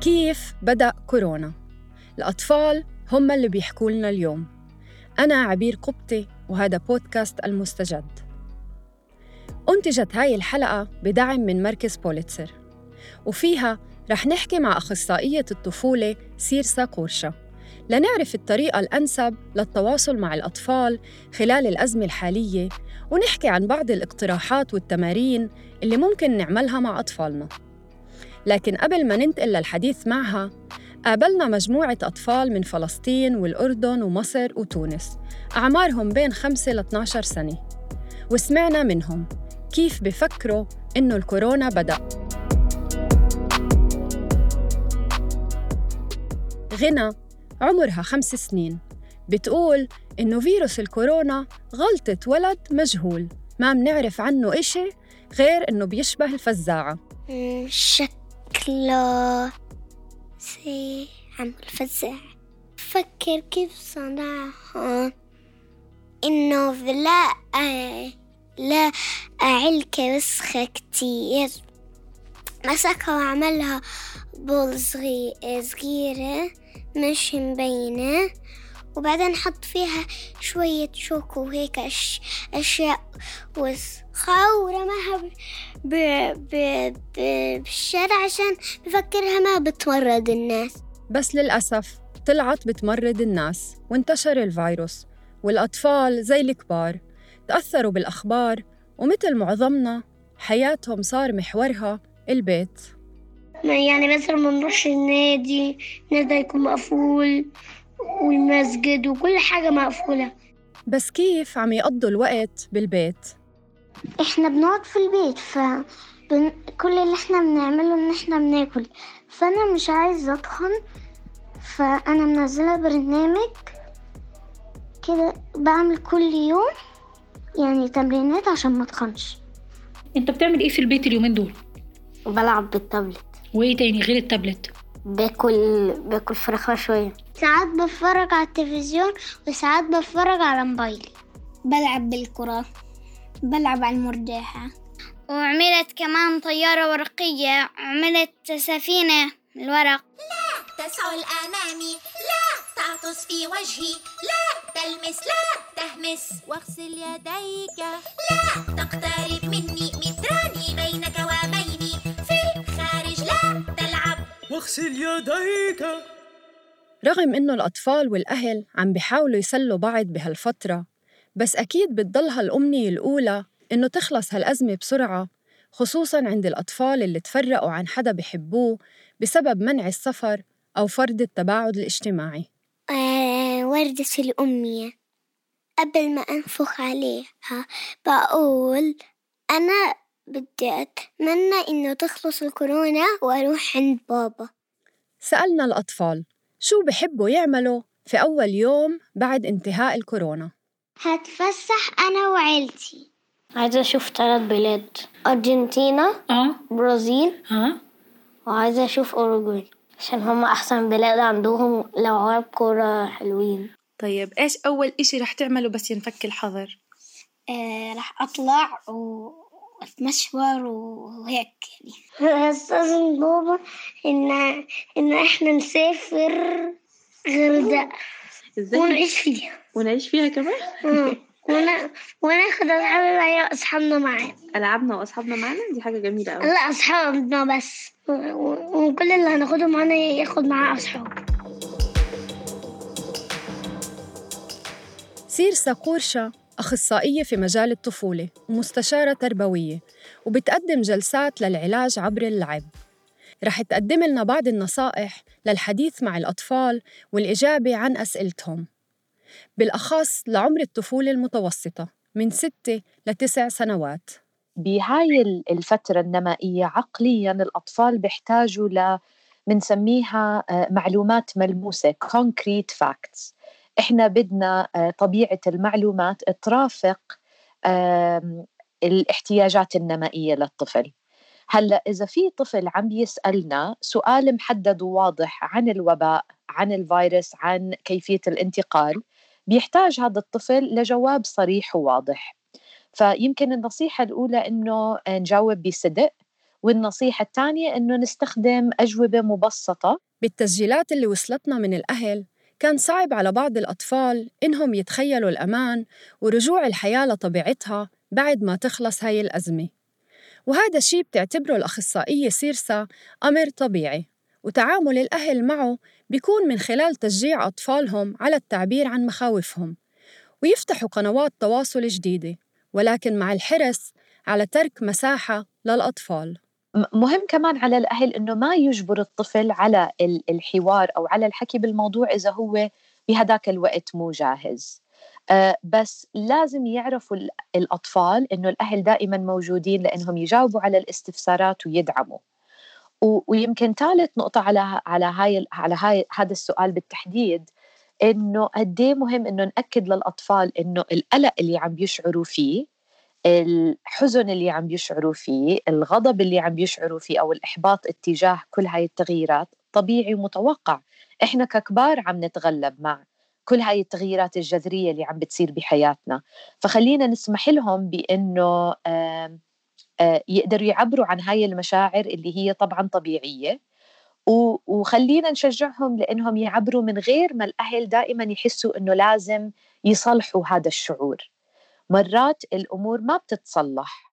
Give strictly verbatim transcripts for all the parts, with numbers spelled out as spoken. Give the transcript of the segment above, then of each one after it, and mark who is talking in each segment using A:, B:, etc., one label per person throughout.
A: كيف بدأ كورونا؟ الأطفال هم اللي بيحكوا لنا اليوم. أنا عبير قبطي وهذا بودكاست المستجد. أنتجت هاي الحلقة بدعم من مركز بوليتسر، وفيها رح نحكي مع أخصائية الطفولة سيرسا قورشا لنعرف الطريقة الأنسب للتواصل مع الأطفال خلال الأزمة الحالية، ونحكي عن بعض الاقتراحات والتمارين اللي ممكن نعملها مع أطفالنا. لكن قبل ما ننتقل للحديث معها، قابلنا مجموعة أطفال من فلسطين والأردن ومصر وتونس، أعمارهم بين خمسة ل اثنعش سنة، وسمعنا منهم كيف بفكروا إنه الكورونا بدأ. غنى عمرها خمس سنين بتقول إنه فيروس الكورونا غلطة ولد مجهول، ما منعرف عنه إشي غير إنه بيشبه الفزاعة.
B: شكله زي عم الفزاعة. فكر كيف صنعها، إنه لا لا علكة وسخة كتير، مسكها وعملها بول صغيرة مش مبينة، وبعدين حط فيها شوية شوكو وهيك أش... أشياء وسخة ورماها ب... ب... ب... ب... بالشارع عشان بفكرها ما بتمرض الناس.
A: بس للأسف طلعت بتمرض الناس وانتشر الفيروس، والأطفال زي الكبار تأثروا بالأخبار، ومثل معظمنا حياتهم صار محورها البيت.
B: يعني مثلا ما نروحش النادي، النادي يكون مقفول، والمسجد وكل حاجة مقفولة.
A: بس كيف عم يقضوا الوقت بالبيت؟
B: إحنا بنقعد في البيت، فكل اللي إحنا بنعمله إن إحنا بناكل، فأنا مش عايزة أتخن، فأنا منزلة برنامج كده بعمل كل يوم يعني تمرينات عشان ما أتخنش.
C: أنت بتعمل إيه في البيت اليومين دول؟
B: بلعب بالتابلت.
C: وإيه تاني غير التابلت؟
B: باكل باكل فراخ شوية. ساعات بتفرج على التلفزيون وساعات بتفرج على موبايلي. بلعب بالكرة، بلعب على المرجحة، وعملت كمان طيارة ورقية، عملت سفينة الورق.
D: لا تسعل أمامي، لا تعطس في وجهي، لا تلمس، لا تهمس، واغسل يديك، لا تقترب مني، متران بينك وبيني، في الخارج لا تلعب، واغسل يديك.
A: رغم إنه الأطفال والأهل عم بيحاولوا يسلوا بعض بهالفترة، بس أكيد بتضلها الأمنية الأولى إنه تخلص هالأزمة بسرعة، خصوصاً عند الأطفال اللي تفرقوا عن حدا بيحبوه بسبب منع السفر أو فرض التباعد الاجتماعي.
B: آه وردة الأمنية، قبل ما أنفخ عليها بقول أنا بدي أتمنى إنه تخلص الكورونا وأروح عند بابا.
A: سألنا الأطفال شو بحبوا يعملوا في أول يوم بعد انتهاء الكورونا.
B: هتفسح أنا وعيلتي. عايزة أشوف ثلاث بلاد، أرجنتينا،
C: آه
B: برازيل،
C: ها
B: وعايزة أشوف أوروغواي عشان هم أحسن بلاد، عندهم لعاب كورة حلوين.
E: طيب إيش أول إشي رح تعمله بس ينفك الحظر؟
B: آه رح أطلع وأتمشور وهيك يعني. هستأذن بابا إن إن إحنا نسافر غردقة ونعيش فيها
E: ونعيش فيها كمان؟
B: ونا وناخد ألعاب مع أصحابنا معانا.
E: ألعابنا وأصحابنا معنا دي حاجة جميلة أوي.
B: لا أصحابنا بس، وكل اللي هناخده معانا ياخد معاه أصحاب.
A: سيرسا قورشا أخصائية في مجال الطفولة ومستشارة تربوية، وبتقدم جلسات للعلاج عبر اللعب. رح تقدم لنا بعض النصائح للحديث مع الأطفال والإجابة عن أسئلتهم، بالأخص لعمر الطفولة المتوسطة من ستة لتسع سنوات.
F: بهاي الفترة النمائية عقلياً الأطفال بيحتاجوا ل منسميها معلومات ملموسة concrete facts. إحنا بدنا طبيعة المعلومات ترافق الاحتياجات النمائية للطفل. هلأ إذا في طفل عم يسألنا سؤال محدد وواضح عن الوباء، عن الفيروس، عن كيفية الانتقال، بيحتاج هذا الطفل لجواب صريح وواضح. فيمكن النصيحة الأولى إنه نجاوب بصدق والنصيحة الثانية إنه نستخدم أجوبة مبسطة.
A: بالتسجيلات اللي وصلتنا من الأهل كان صعب على بعض الأطفال إنهم يتخيلوا الأمان ورجوع الحياة لطبيعتها بعد ما تخلص هاي الأزمة، وهذا الشيء بتعتبره الأخصائية سيرسا أمر طبيعي، وتعامل الأهل معه بيكون من خلال تشجيع أطفالهم على التعبير عن مخاوفهم ويفتحوا قنوات تواصل جديدة، ولكن مع الحرص على ترك مساحة للأطفال.
F: مهم كمان على الأهل إنه ما يجبر الطفل على الحوار أو على الحكي بالموضوع إذا هو بهداك الوقت مو جاهز. أه بس لازم يعرفوا الأطفال إنه الأهل دائما موجودين لأنهم يجاوبوا على الاستفسارات ويدعموا. ويمكن ثالث نقطة على على هاي على هاي هذا السؤال بالتحديد، إنه قد إيه مهم إنه نأكد للأطفال إنه القلق اللي عم بيشعروا فيه، الحزن اللي عم بيشعروا فيه، الغضب اللي عم بيشعروا فيه أو الإحباط اتجاه كل هاي التغييرات طبيعي ومتوقع. إحنا ككبار عم نتغلب مع كل هاي التغييرات الجذرية اللي عم بتصير بحياتنا، فخلينا نسمح لهم بأنه آه آه يقدروا يعبروا عن هاي المشاعر اللي هي طبعا طبيعية، وخلينا نشجعهم لأنهم يعبروا من غير ما الأهل دائما يحسوا أنه لازم يصلحوا هذا الشعور. مرات الأمور ما بتتصلح،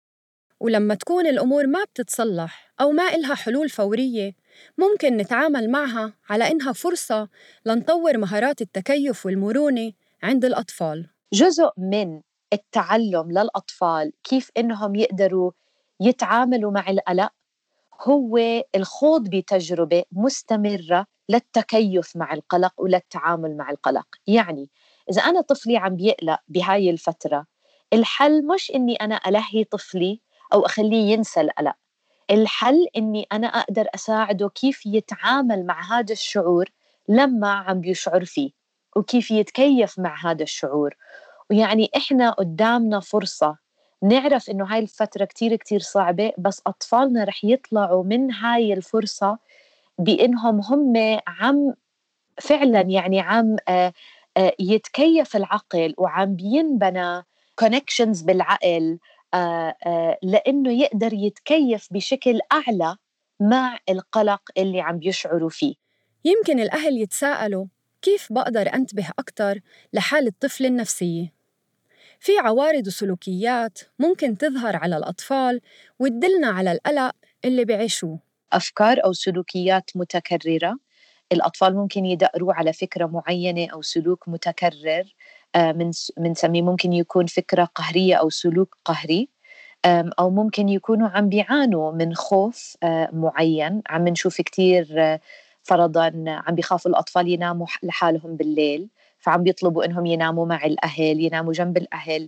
A: ولما تكون الأمور ما بتتصلح أو ما إلها حلول فورية ممكن نتعامل معها على إنها فرصة لنطور مهارات التكيف والمرونة عند الأطفال.
F: جزء من التعلم للأطفال كيف إنهم يقدروا يتعاملوا مع القلق هو الخوض بتجربة مستمرة للتكيف مع القلق وللتعامل مع القلق. يعني إذا أنا طفلي عم بيقلق بهاي الفترة، الحل مش إني أنا ألهي طفلي أو أخليه ينسى القلق، الحل إني أنا أقدر أساعده كيف يتعامل مع هذا الشعور لما عم بيشعر فيه وكيف يتكيف مع هذا الشعور. ويعني إحنا قدامنا فرصة نعرف إنه هاي الفترة كتير كتير صعبة، بس أطفالنا رح يطلعوا من هاي الفرصة بإنهم هم عم فعلا يعني عم آه آه يتكيف العقل وعم بينبنى connections بالعقل آه آه لأنه يقدر يتكيف بشكل أعلى مع القلق اللي عم بيشعروا فيه.
A: يمكن الأهل يتساءلوا كيف بقدر أنتبه أكتر لحال الطفل النفسية؟ في عوارض وسلوكيات ممكن تظهر على الأطفال وتدلنا على القلق اللي بيعيشوه.
F: أفكار أو سلوكيات متكررة، الأطفال ممكن يدقروا على فكرة معينة أو سلوك متكرر من منسميه ممكن يكون فكرة قهرية أو سلوك قهري، أو ممكن يكونوا عم بيعانوا من خوف معين. عم نشوف كتير فرضاً عم بيخافوا الأطفال يناموا لحالهم بالليل، فعم بيطلبوا إنهم يناموا مع الأهل، يناموا جنب الأهل،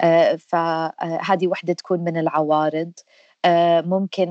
F: فهذه وحدة تكون من العوارض. ممكن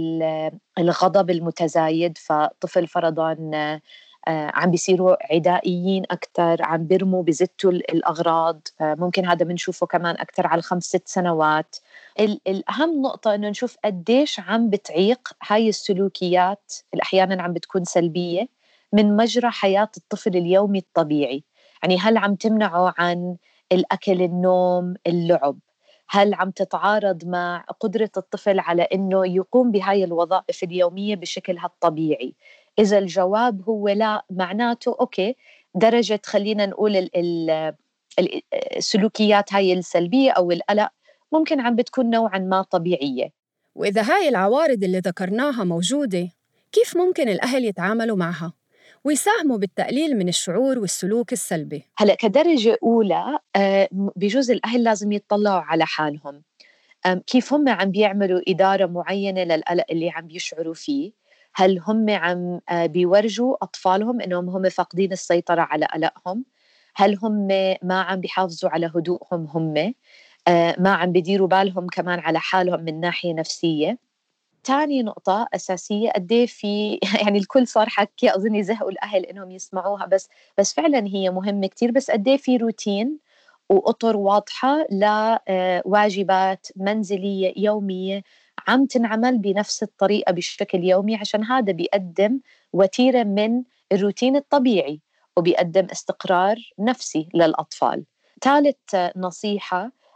F: الغضب المتزايد، فطفل فرضاً عم بيصيروا عدائيين أكتر، عم بيرموا بزتوا الأغراض، ممكن هذا بنشوفه كمان أكتر على الخمس ست سنوات. الأهم نقطة إنه نشوف قديش عم بتعيق هاي السلوكيات اللي أحياناً عم بتكون سلبية من مجرى حياة الطفل اليومي الطبيعي. يعني هل عم تمنعه عن الأكل، النوم، اللعب؟ هل عم تتعارض مع قدرة الطفل على إنه يقوم بهاي الوظائف اليومية بشكلها الطبيعي؟ إذا الجواب هو لا، معناته أوكي درجة خلينا نقول ال ال السلوكيات هاي السلبية أو القلق ممكن عم بتكون نوعاً ما طبيعية.
A: وإذا هاي العوارض اللي ذكرناها موجودة، كيف ممكن الأهل يتعاملوا معها ويساهموا بالتقليل من الشعور والسلوك السلبي؟
F: هلأ كدرجة أولى بجوز الأهل لازم يتطلعوا على حالهم، كيف هم عم بيعملوا إدارة معينة للقلق اللي عم بيشعروا فيه. هل هم عم بيورجوا أطفالهم إنهم هم فاقدين السيطرة على قلقهم؟ هل هم ما عم بيحافظوا على هدوءهم؟ هم ما عم بيديروا بالهم كمان على حالهم من ناحية نفسية؟ تاني نقطة أساسية، قديه في يعني الكل صار حكي، أظن يزهقوا الأهل إنهم يسمعوها، بس بس فعلا هي مهمة كتير. بس قديه في روتين وأطر واضحة لواجبات منزلية يومية عم تنعمل بنفس الطريقة بشكل يومي، عشان هذا بيقدم وتيرة من الروتين الطبيعي وبيقدم استقرار نفسي للأطفال. ثالث نصيحة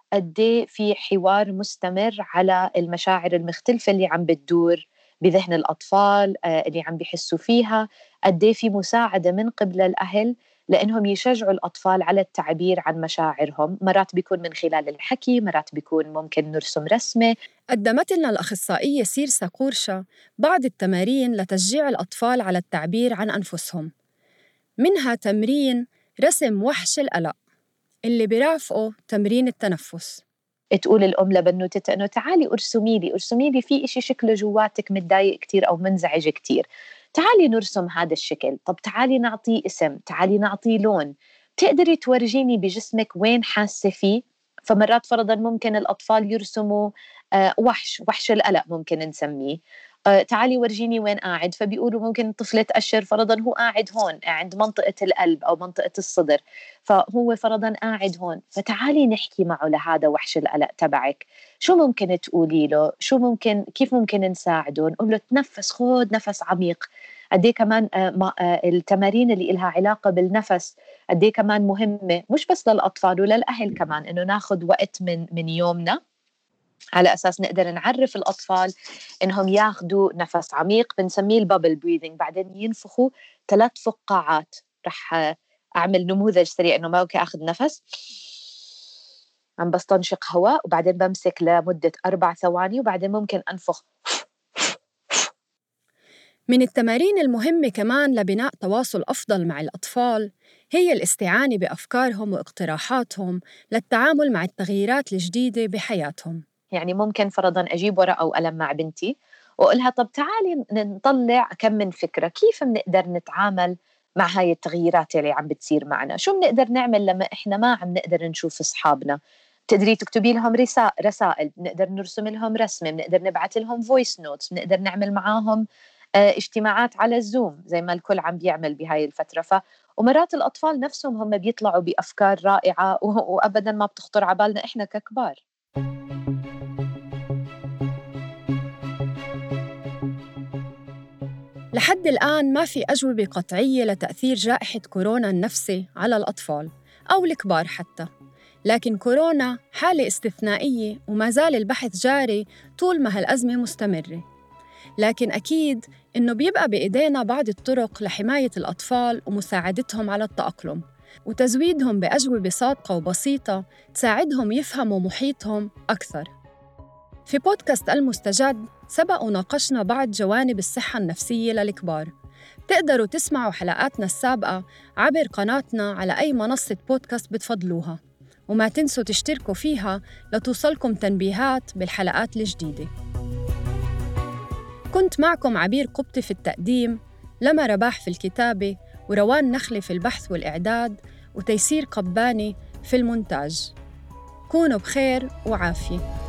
F: قديه في حوار مستمر على المشاعر المختلفة اللي عم بتدور بذهن الأطفال اللي عم بيحسوا فيها، قديه في مساعدة من قبل الأهل لأنهم يشجعوا الأطفال على التعبير عن مشاعرهم. مرات بيكون من خلال الحكي، مرات بيكون ممكن نرسم رسمة.
A: قدمت لنا الأخصائية سيرسا قورشة بعض التمارين لتشجيع الأطفال على التعبير عن أنفسهم، منها تمرين رسم وحش القلق اللي بيرافقه تمرين التنفس.
F: تقول الأم لبنوتتها إنه تعالي أرسمي لي أرسمي لي في إشي شكله جواتك متضايق كتير أو منزعج كتير، تعالي نرسم هذا الشكل. طب تعالي نعطيه اسم، تعالي نعطيه لون، تقدري تورجيني بجسمك وين حاسة فيه. فمرات فرضاً ممكن الأطفال يرسموا آه وحش وحش القلق ممكن نسميه. آه تعالي ورجيني وين قاعد، فبيقولوا ممكن طفل تأشر فرضاً هو قاعد هون عند منطقة القلب أو منطقة الصدر، فهو فرضاً قاعد هون، فتعالي نحكي معه لهذا وحش القلق تبعك. شو ممكن تقولي له؟ شو ممكن كيف ممكن نساعده؟ نقول له تنفس، خد نفس عميق. قديه كمان آه آه التمارين اللي إلها علاقة بالنفس قديه كمان مهمة، مش بس للأطفال وللأهل كمان، إنه ناخد وقت من من يومنا على أساس نقدر نعرف الأطفال إنهم ياخدوا نفس عميق، بنسميه البابل بريذنج، بعدين ينفخوا ثلاث فقاعات. رح أعمل نموذج سريع إنه ما أوكي أخذ نفس عم بستنشق هواء وبعدين بمسك لمدة أربع ثواني وبعدين ممكن أنفخ.
A: من التمارين المهمة كمان لبناء تواصل أفضل مع الأطفال هي الاستعانة بأفكارهم واقتراحاتهم للتعامل مع التغييرات الجديدة بحياتهم.
F: يعني ممكن فرضاً أجيب ورقة وقلم مع بنتي وأقولها طب تعالي نطلع كم من فكرة كيف بنقدر نتعامل مع هاي التغييرات اللي عم بتصير معنا، شو بنقدر نعمل لما إحنا ما عم نقدر نشوف أصحابنا. تقدري تكتبي لهم رسائل، بنقدر نرسم لهم رسمة، بنقدر نبعث لهم فويس نوتس، بنقدر نعمل معاهم اه اجتماعات على الزوم زي ما الكل عم بيعمل بهاي الفترة. ف ومرات الأطفال نفسهم هم بيطلعوا بأفكار رائعة وأبداً ما بتخطر على بالنا إحنا ككبار.
A: لحد الآن ما في أجوبة قطعية لتأثير جائحة كورونا النفسي على الأطفال أو الكبار حتى، لكن كورونا حالة استثنائية وما زال البحث جاري طول ما هالأزمة مستمرة. لكن أكيد إنه بيبقى بإيدينا بعض الطرق لحماية الأطفال ومساعدتهم على التأقلم وتزويدهم بأجوبة صادقة وبسيطة تساعدهم يفهموا محيطهم أكثر. في بودكاست المستجد سبق وناقشنا بعض جوانب الصحة النفسية للكبار. تقدروا تسمعوا حلقاتنا السابقة عبر قناتنا على أي منصة بودكاست بتفضلوها، وما تنسوا تشتركوا فيها لتوصلكم تنبيهات بالحلقات الجديدة. كنت معكم عبير قبطي في التقديم، لما رباح في الكتابة، وروان نخلي في البحث والإعداد، وتيسير قباني في المونتاج. كونوا بخير وعافية.